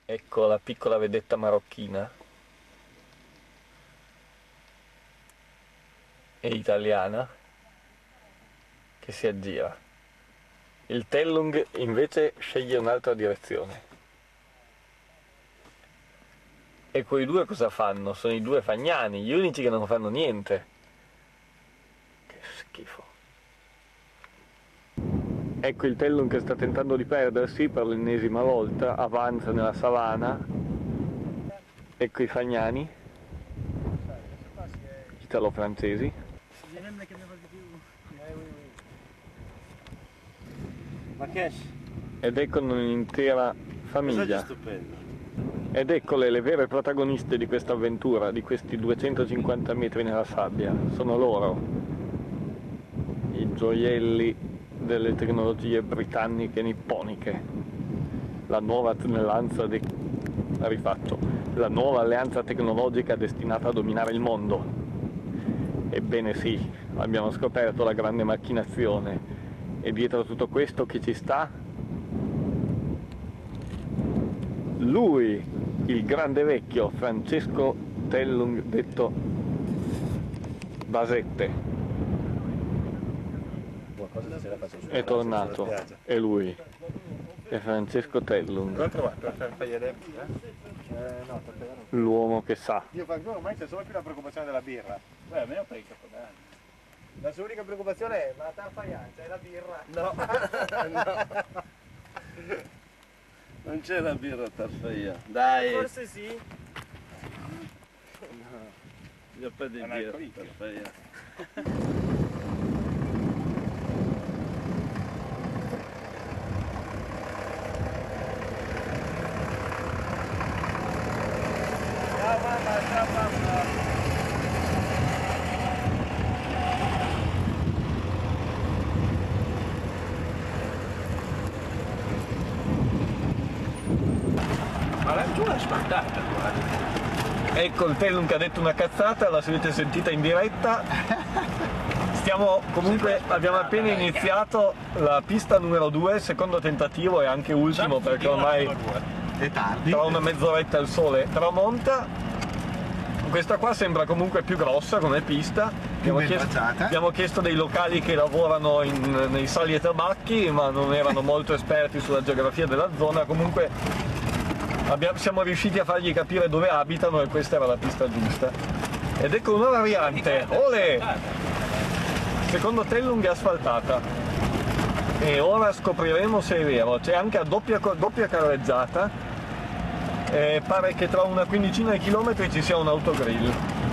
Ecco la piccola vedetta marocchina e italiana che si aggira. Il Tellung invece sceglie un'altra direzione. E quei due cosa fanno? Sono i due fagnani, gli unici che non fanno niente. Che schifo. Ecco il Tellung che sta tentando di perdersi per l'ennesima volta, avanza nella savana. Ecco i fagnani, italo-francesi. Ed ecco un'intera famiglia. Stupendo. Ed eccole le vere protagoniste di questa avventura, di questi 250 metri nella sabbia. Sono loro, i gioielli delle tecnologie britanniche e nipponiche. La nuova la nuova alleanza tecnologica destinata a dominare il mondo. Ebbene sì, abbiamo scoperto la grande macchinazione. E dietro a tutto questo chi ci sta? Lui, il grande vecchio Francesco Tellung, detto Basette. È tornato, è lui, è Francesco Tellung, L'ho trovato per fargli l'uomo che sa. Io ormai c'è solo più la preoccupazione della birra. Beh, almeno per il capodanno. La sua unica preoccupazione è, ma la tarfaianza è la birra? No. No. Non c'è la birra tarfaia. Dai. Forse sì. Gli ho per di È un birra alcolico. tarfaia. Ciao mamma, ciao mamma. Ma laggiù è spartata, guarda. Ecco il Tellung che ha detto una cazzata, la avete sentita in diretta. Abbiamo appena iniziato la pista numero 2, secondo tentativo e anche ultimo perché ormai È tardi. tra una mezz'oretta il sole tramonta. Questa qua sembra comunque più grossa come pista. ben tracciata. Abbiamo chiesto dei locali che lavorano nei sali e tabacchi, ma non erano molto esperti sulla geografia della zona. Comunque siamo riusciti a fargli capire dove abitano e questa era la pista giusta. Ed ecco una variante. Ole! Secondo Tellung è asfaltata. E ora scopriremo se è vero. C'è anche a doppia carreggiata. Pare che tra una quindicina di chilometri ci sia un autogrill.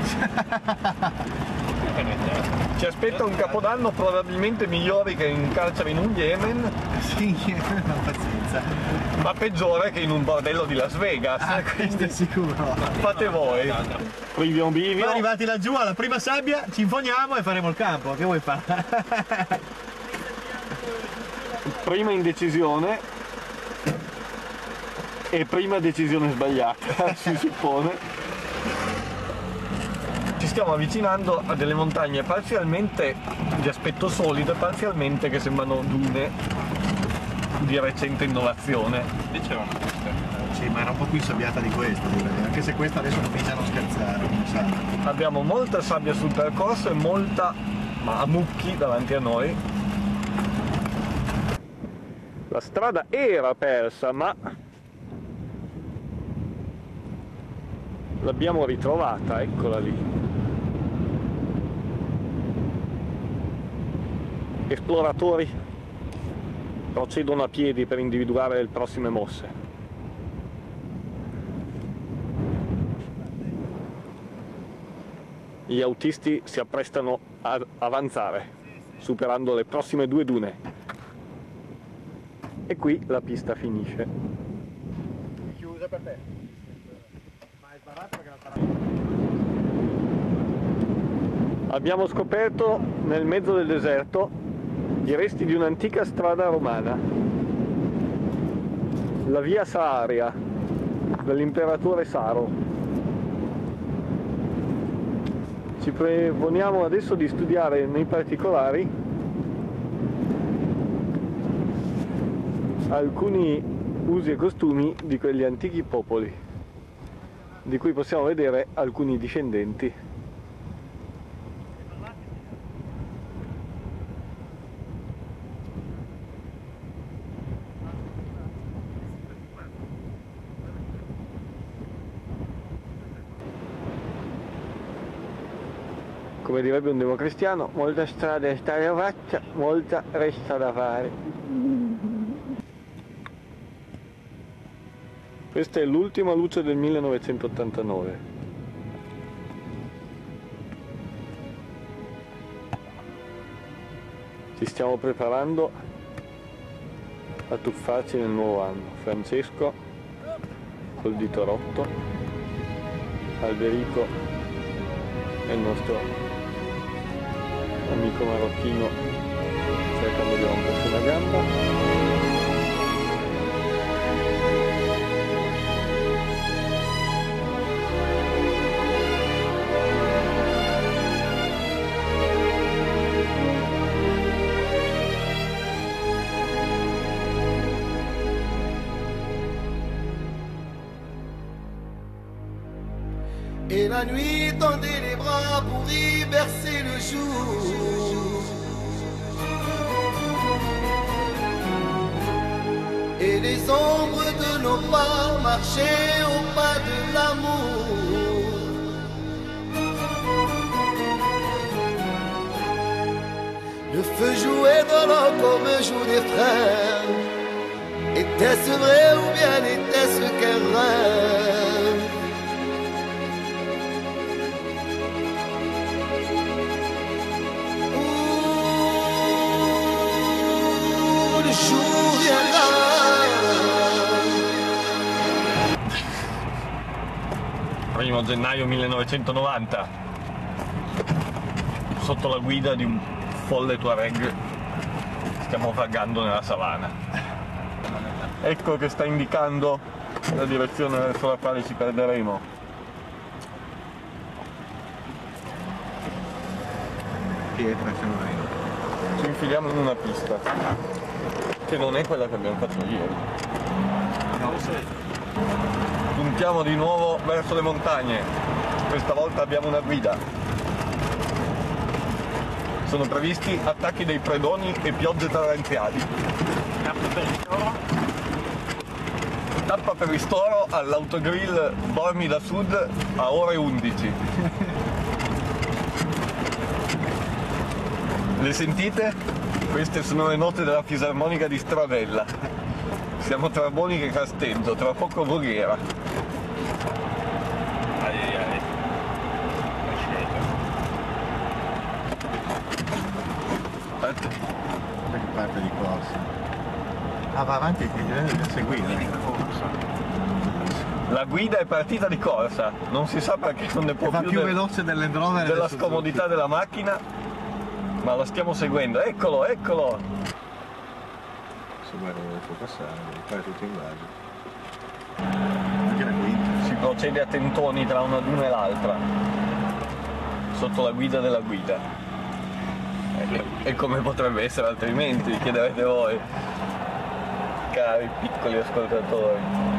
Ci aspetta un capodanno probabilmente migliore che in carcere in un Yemen, Sì, no, pazienza. ma peggiore che in un bordello di Las Vegas. Questo è sicuro. Fate voi. Bivio bivio. Poi arrivati laggiù alla prima sabbia ci infoniamo e faremo il campo, che vuoi fare? Prima indecisione e prima decisione sbagliata, si suppone. Ci stiamo avvicinando a delle montagne parzialmente di aspetto solido e parzialmente che sembrano dune di recente innovazione. Dicevano Sì, ma era un po' più insabbiata di questa, direi. Anche se questa adesso comincia a non scherzare, come sa. Abbiamo molta sabbia sul percorso e molta, ma a mucchi davanti a noi. La strada era persa, ma l'abbiamo ritrovata, eccola lì. Esploratori procedono a piedi per individuare le prossime mosse. Gli autisti si apprestano ad avanzare, superando le prossime due dune. E qui la pista finisce. Chiusa per te. Ma è sbarato perché la Abbiamo scoperto nel mezzo del deserto i resti di un'antica strada romana, la via Saaria dell'imperatore Saro. Ci proponiamo adesso di studiare nei particolari alcuni usi e costumi di quegli antichi popoli, di cui possiamo vedere alcuni discendenti. Come direbbe un democristiano, molta strada è stata fatta, molta resta da fare. Questa è l'ultima luce del 1989. Ci stiamo preparando a tuffarci nel nuovo anno. Francesco col dito rotto, Alberico e il nostro amico marocchino cercando di rompersi una gamba. Et la nuit tendait les bras pour y bercer le jour. Et les ombres de nos pas marchaient au pas de l'amour. Le feu jouait dans l'eau comme jouent des frères. Était-ce vrai ou bien était-ce qu'un rêve? Primo gennaio 1990, sotto la guida di un folle Tuareg stiamo vagando nella savana. Ecco che sta indicando la direzione verso la quale ci perderemo. Pietra e Fiorino. Ci infiliamo in una pista che non è quella che abbiamo fatto ieri. Puntiamo di nuovo verso le montagne, questa volta abbiamo una guida. Sono previsti attacchi dei predoni e piogge torrenziali. Tappa per ristoro all'autogrill Bormida Sud a ore 11. Le sentite? Queste sono le note della fisarmonica di Stradella. Siamo tra Bonica e Casteggio, tra poco Voghera. Da che parte di corsa? Ah, va avanti, ti seguire. La guida è partita di corsa, non si sa perché non ne può Va più, più veloce del Land Rover della scomodità della macchina, ma la stiamo seguendo. Eccolo, eccolo! Se guarda dove può passare, devi fare tutto in viaggio. Anche la guida. Si procede a tentoni tra una duna e l'altra, sotto la guida della guida. E come potrebbe essere altrimenti, chiederete voi, cari piccoli ascoltatori.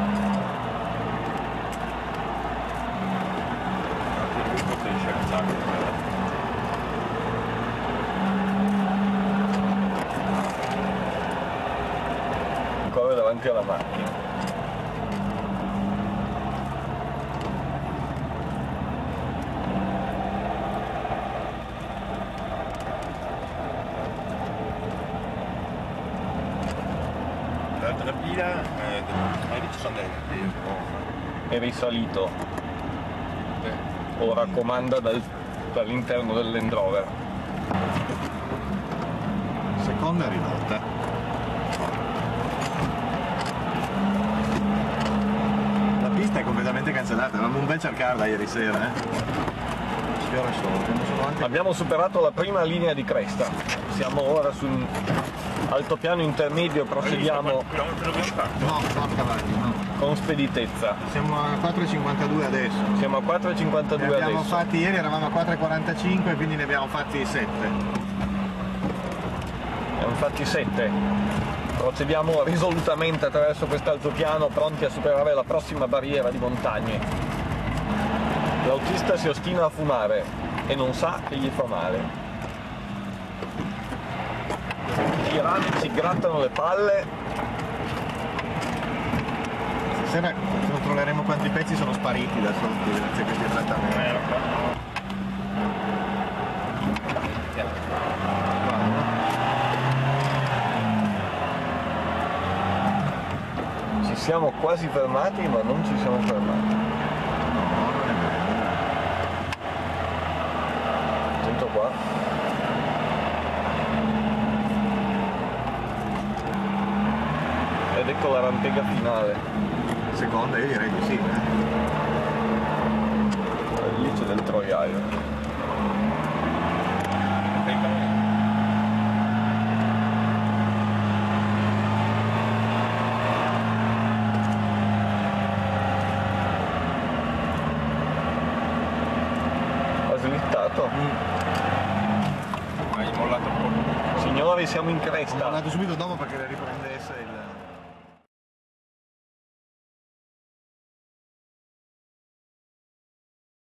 Ancora davanti alla macchina. L'altra pila, ci sono È risalito, ora comanda dall'interno del Land Rover. Seconda ridotta. La pista è completamente cancellata, avevamo un bel cercarla ieri sera, Sfiora solo. Abbiamo superato la prima linea di cresta, siamo ora su un altopiano intermedio, procediamo No, porca vacca, no. con speditezza. Siamo a 4,52 adesso. Siamo a 4,52 Ne abbiamo adesso. fatti ieri, eravamo a 4,45, quindi ne abbiamo fatti 7. Abbiamo fatti 7. Procediamo risolutamente attraverso quest'altopiano, pronti a superare la prossima barriera di montagne. L'autista si ostina a fumare e non sa che gli fa male. I rami ci grattano le palle. Stasera controlleremo quanti pezzi sono spariti da sotto grazie a questi trattamenti. Ci siamo quasi fermati, ma non ci siamo fermati. No, non è vero. Attento qua. Ed ecco la rampega finale. Seconda io direi di sì, Lì c'è del troiaio. Ha slittato. Hai mollato un po'. Signori, siamo in Ho cresta. andato subito dopo perché le riprendesse il